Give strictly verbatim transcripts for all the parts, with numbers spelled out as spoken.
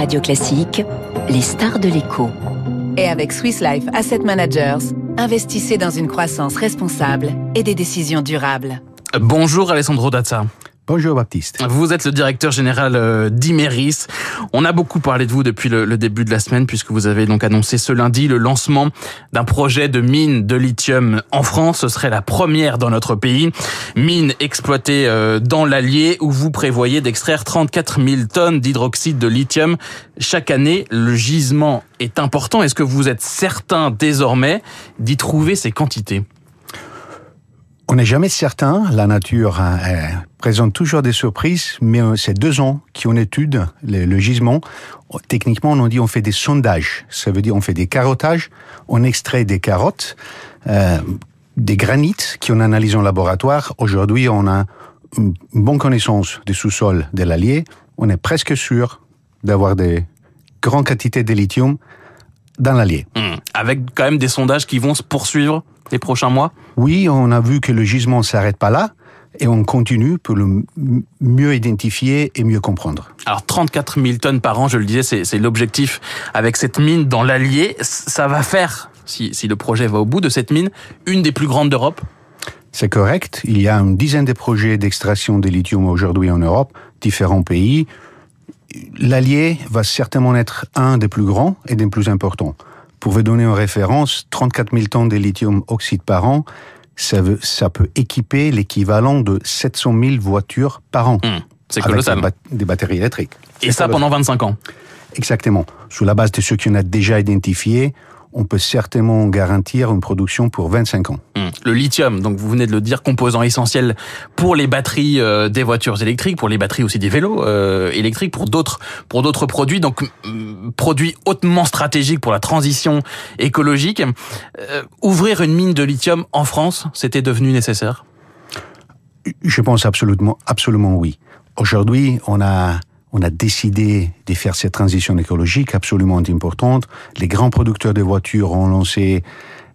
Radio Classique, les stars de l'écho. Et avec Swiss Life Asset Managers, investissez dans une croissance responsable et des décisions durables. Bonjour Alessandro Dazza. Bonjour Baptiste. Vous êtes le directeur général d'Imerys. On a beaucoup parlé de vous depuis le, le début de la semaine puisque vous avez donc annoncé ce lundi le lancement d'un projet de mine de lithium en France. Ce serait la première dans notre pays. Mine exploitée dans l'Allier où vous prévoyez d'extraire trente-quatre mille tonnes d'hydroxyde de lithium chaque année. Le gisement est important. Est-ce que vous êtes certain désormais d'y trouver ces quantités ? On n'est jamais certain, la nature euh, présente toujours des surprises, mais euh, c'est deux ans qu'on étude le, le gisement. Techniquement, on dit on fait des sondages, ça veut dire on fait des carottages, on extrait des carottes, euh, des granites qu'on analyse en laboratoire. Aujourd'hui, on a une bonne connaissance du sous-sol de l'Allier, on est presque sûr d'avoir des grandes quantités de lithium dans l'Allier. Mmh. Avec quand même des sondages qui vont se poursuivre les prochains mois ? Oui, on a vu que le gisement ne s'arrête pas là et on continue pour le mieux identifier et mieux comprendre. Alors trente-quatre mille tonnes par an, je le disais, c'est, c'est l'objectif avec cette mine dans l'Allier. Ça va faire, si, si le projet va au bout de cette mine, une des plus grandes d'Europe ? C'est correct. Il y a une dizaine de projets d'extraction de lithium aujourd'hui en Europe, différents pays. L'Allier va certainement être un des plus grands et des plus importants. Pour vous donner une référence, trente-quatre mille tonnes de lithium oxyde par an, ça, veut, ça peut équiper l'équivalent de sept cent mille voitures par an. Mmh, c'est colossal. Avec des, bat- des batteries électriques. Et c'est ça colossal. pendant vingt-cinq ans. Exactement. Sous la base de ce qu'on a déjà identifié, on peut certainement garantir une production pour vingt-cinq ans. Mmh. Le lithium, donc vous venez de le dire, composant essentiel pour les batteries euh, des voitures électriques, pour les batteries aussi des vélos euh, électriques, pour d'autres pour d'autres produits, donc euh, produits hautement stratégiques pour la transition écologique. Euh, ouvrir une mine de lithium en France, c'était devenu nécessaire ? Je pense absolument, absolument oui. Aujourd'hui, on a On a décidé de faire cette transition écologique absolument importante. Les grands producteurs de voitures ont lancé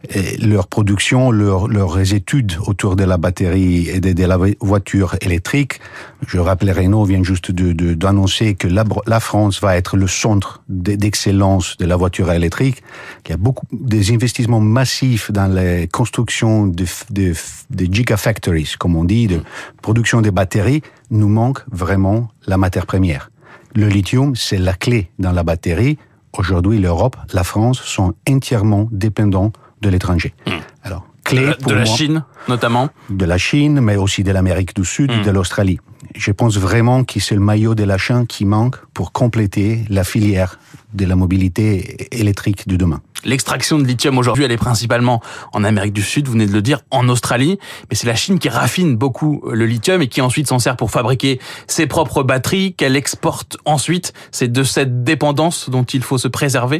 leur production, leur, leurs études autour de la batterie et de, de la voiture électrique. Je rappelle, Renault vient juste de, de, d'annoncer que la, la France va être le centre d'excellence de la voiture électrique. Il y a beaucoup des investissements massifs dans les constructions de, de, de gigafactories, comme on dit, de production des batteries. Nous manque vraiment la matière première. Le lithium, c'est la clé dans la batterie. Aujourd'hui, l'Europe, la France sont entièrement dépendants de l'étranger. Mmh. Alors, clé pour de la moi, Chine, notamment. De la Chine, mais aussi de l'Amérique du Sud, mmh. de l'Australie. Je pense vraiment que c'est le maillot de la chaîne qui manque pour compléter la filière de la mobilité électrique de demain. L'extraction de lithium aujourd'hui, elle est principalement en Amérique du Sud, vous venez de le dire, en Australie. Mais c'est la Chine qui raffine beaucoup le lithium et qui ensuite s'en sert pour fabriquer ses propres batteries, qu'elle exporte ensuite. C'est de cette dépendance dont il faut se préserver.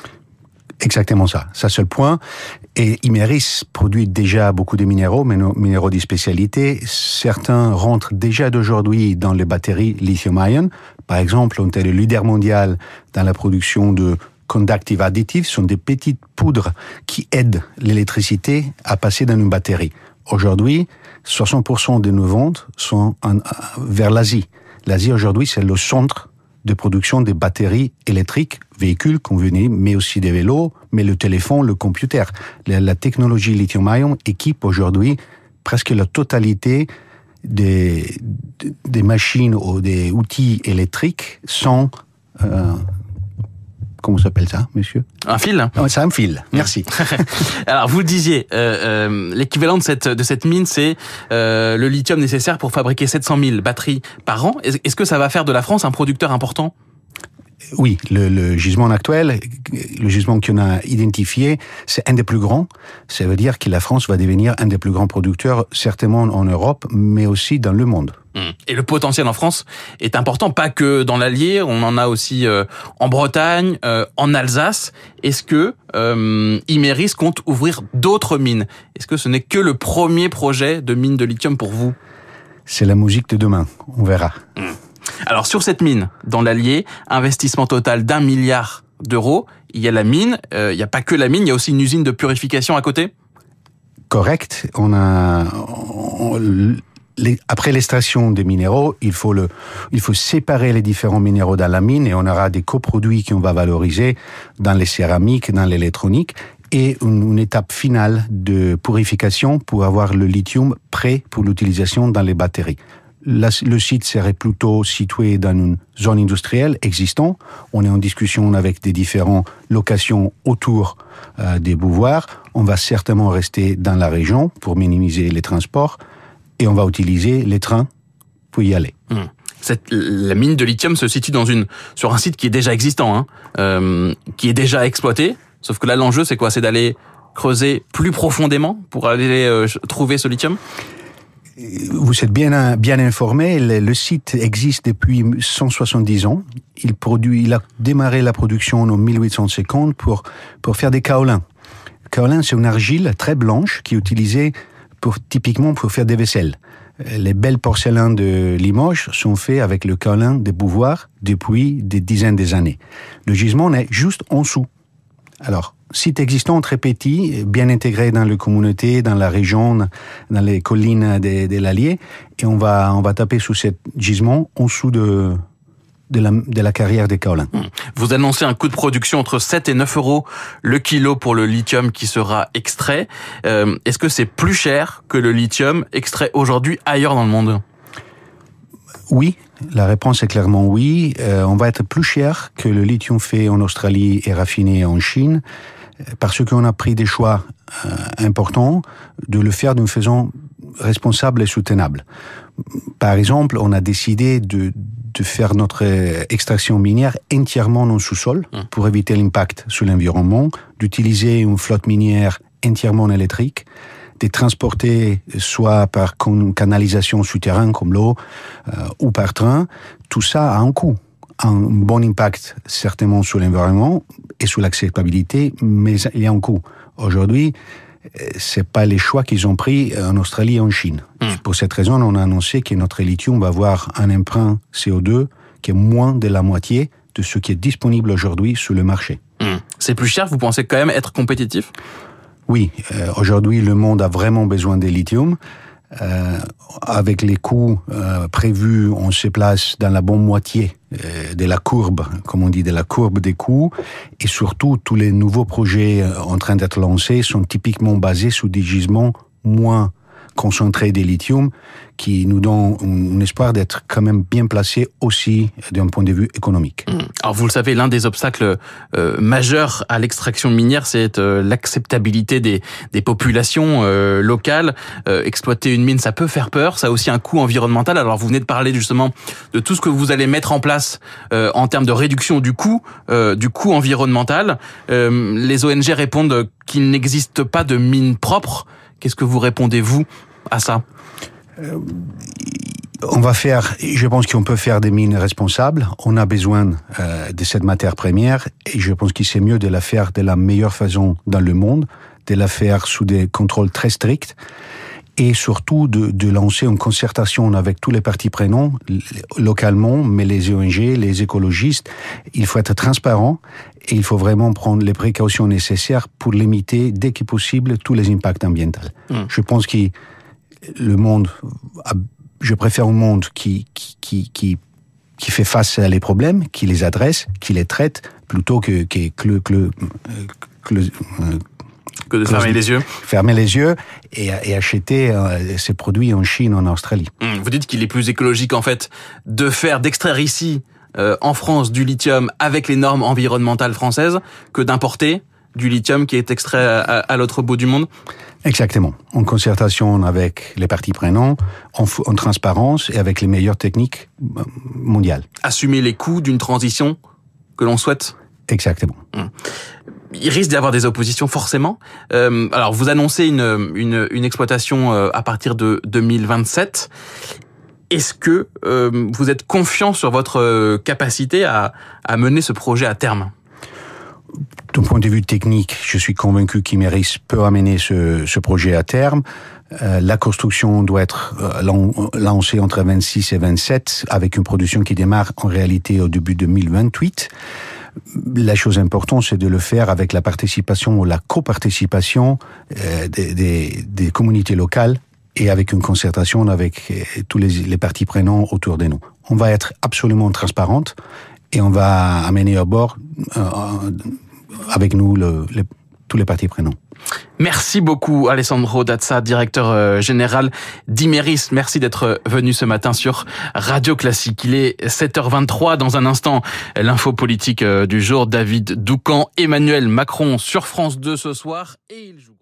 Exactement ça. Ça, c'est le point. Et Imerys produit déjà beaucoup de minéraux, mais nos minéraux de spécialité. Certains rentrent déjà d'aujourd'hui dans les batteries lithium-ion. Par exemple, on est le leader mondial dans la production de conductive additives. Ce sont des petites poudres qui aident l'électricité à passer dans une batterie. Aujourd'hui, soixante pour cent de nos ventes sont en, vers l'Asie. L'Asie, aujourd'hui, c'est le centre de production des batteries électriques, véhicules convenus, mais aussi des vélos, mais le téléphone, le computer. La, la technologie lithium-ion équipe aujourd'hui presque la totalité des, des machines ou des outils électriques sans... Euh, comment s'appelle ça, monsieur ? Un fil ? Non, c'est un fil, merci. Alors, vous le disiez, euh, euh, l'équivalent de cette, de cette mine, c'est euh, le lithium nécessaire pour fabriquer sept cent mille batteries par an. Est-ce que ça va faire de la France un producteur important ? Oui, le, le gisement actuel, le gisement qu'on a identifié, c'est un des plus grands. Ça veut dire que la France va devenir un des plus grands producteurs, certainement en Europe, mais aussi dans le monde. Et le potentiel en France est important, pas que dans l'Allier, on en a aussi euh, en Bretagne, euh, en Alsace. Est-ce que euh, Imerys compte ouvrir d'autres mines ? Est-ce que ce n'est que le premier projet de mine de lithium pour vous ? C'est la musique de demain, on verra. Mmh. Alors sur cette mine, dans l'Allier, investissement total d'un milliard d'euros. Il y a la mine, euh, il n'y a pas que la mine, il y a aussi une usine de purification à côté ? Correct. On a, on, les, après l'extraction des minéraux, il faut le, il faut séparer les différents minéraux dans la mine et on aura des coproduits qu'on va valoriser dans les céramiques, dans l'électronique et une, une étape finale de purification pour avoir le lithium prêt pour l'utilisation dans les batteries. La, le site serait plutôt situé dans une zone industrielle existante. On est en discussion avec des différentes locations autour euh, des Beauvoirs. On va certainement rester dans la région pour minimiser les transports et on va utiliser les trains pour y aller. Mmh. Cette, la mine de lithium se situe dans une, sur un site qui est déjà existant, hein, euh, qui est déjà exploité. Sauf que là, l'enjeu, c'est quoi? C'est d'aller creuser plus profondément pour aller euh, trouver ce lithium? Vous êtes bien, bien informé, le, le site existe depuis cent soixante-dix ans. Il, produit, il a démarré la production en mille huit cent cinquante pour, pour faire des kaolins. Le kaolin, c'est une argile très blanche qui est utilisée pour, typiquement pour faire des vaisselles. Les belles porcelains de Limoges sont faits avec le kaolin des Beauvoirs depuis des dizaines d'années. Le gisement est juste en dessous. Alors, site existant très petit, bien intégré dans la communauté, dans la région, dans les collines de, de l'Allier, et on va, on va taper sous ce gisement en dessous de, de, la, de la carrière des kaolins. Vous annoncez un coût de production entre sept et neuf euros le kilo pour le lithium qui sera extrait. Euh, est-ce que c'est plus cher que le lithium extrait aujourd'hui ailleurs dans le monde? Oui, la réponse est clairement oui. Euh, on va être plus cher que le lithium fait en Australie et raffiné en Chine parce qu'on a pris des choix euh, importants de le faire d'une façon responsable et soutenable. Par exemple, on a décidé de, de faire notre extraction minière entièrement en sous-sol pour éviter l'impact sur l'environnement, d'utiliser une flotte minière entièrement électrique, de transporter soit par canalisation souterraine comme l'eau euh, ou par train. Tout ça a un coût, un bon impact certainement sur l'environnement et sur l'acceptabilité, mais il y a un coût. Aujourd'hui, c'est pas les choix qu'ils ont pris en Australie et en Chine. Mmh. Pour cette raison, on a annoncé que notre lithium va avoir un emprunt C O deux qui est moins de la moitié de ce qui est disponible aujourd'hui sur le marché. Mmh. C'est plus cher, vous pensez quand même être compétitif ? Oui, euh, aujourd'hui le monde a vraiment besoin de lithium. Euh, avec les coûts euh, prévus, on se place dans la bonne moitié euh, de la courbe, comme on dit, de la courbe des coûts. Et surtout, tous les nouveaux projets euh, en train d'être lancés sont typiquement basés sur des gisements moins concentrés de lithium, qui nous donnent un espoir d'être quand même bien placés aussi d'un point de vue économique. Alors vous le savez, l'un des obstacles euh, majeurs à l'extraction minière, c'est euh, l'acceptabilité des, des populations euh, locales. Euh, exploiter une mine, ça peut faire peur, ça a aussi un coût environnemental. Alors vous venez de parler justement de tout ce que vous allez mettre en place euh, en termes de réduction du coût, euh, du coût environnemental. Euh, les O N G répondent qu'il n'existe pas de mine propre. Qu'est-ce que vous répondez, vous, à ça ? euh, On va faire, je pense qu'on peut faire des mines responsables. On a besoin euh, de cette matière première et je pense qu'il c'est mieux de la faire de la meilleure façon dans le monde, de la faire sous des contrôles très stricts et surtout de, de lancer une concertation avec tous les parties prenantes localement, mais les O N G, les écologistes. Il faut être transparent et il faut vraiment prendre les précautions nécessaires pour limiter, dès que possible, tous les impacts ambientaux. Mmh. Je pense que le monde, je préfère un monde qui, qui, qui, qui, qui fait face à les problèmes, qui les adresse, qui les traite, plutôt que, que, que, que, que, que que de fermer les yeux. Fermer les yeux et, et acheter euh, ces produits en Chine, en Australie. Vous dites qu'il est plus écologique, en fait, de faire, d'extraire ici, euh, en France, du lithium avec les normes environnementales françaises, que d'importer du lithium qui est extrait à, à, à l'autre bout du monde? Exactement. En concertation avec les parties prenantes, en, en transparence et avec les meilleures techniques mondiales. Assumer les coûts d'une transition que l'on souhaite? Exactement. Hum. Il risque d'y avoir des oppositions forcément. Euh, alors vous annoncez une, une, une exploitation euh, à partir de deux mille vingt-sept. Est-ce que euh, vous êtes confiant sur votre capacité à, à mener ce projet à terme? D'un point de vue technique, je suis convaincu qu'Imerys peut amener ce, ce projet à terme. Euh, la construction doit être euh, lancée entre vingt-six et vingt-sept, avec une production qui démarre en réalité au début de deux mille vingt-huit. La chose importante, c'est de le faire avec la participation ou la coparticipation euh, des, des, des communautés locales et avec une concertation avec tous les, les parties prenantes autour de nous. On va être absolument transparente et on va amener à bord euh, avec nous le, le, tous les parties prenantes. Merci beaucoup Alessandro Dazza, directeur euh, général d'Imerys. Merci d'être venu ce matin sur Radio Classique. Il est sept heures vingt-trois. Dans un instant, l'info politique euh, du jour. David Doucan, Emmanuel Macron sur France deux ce soir et il joue.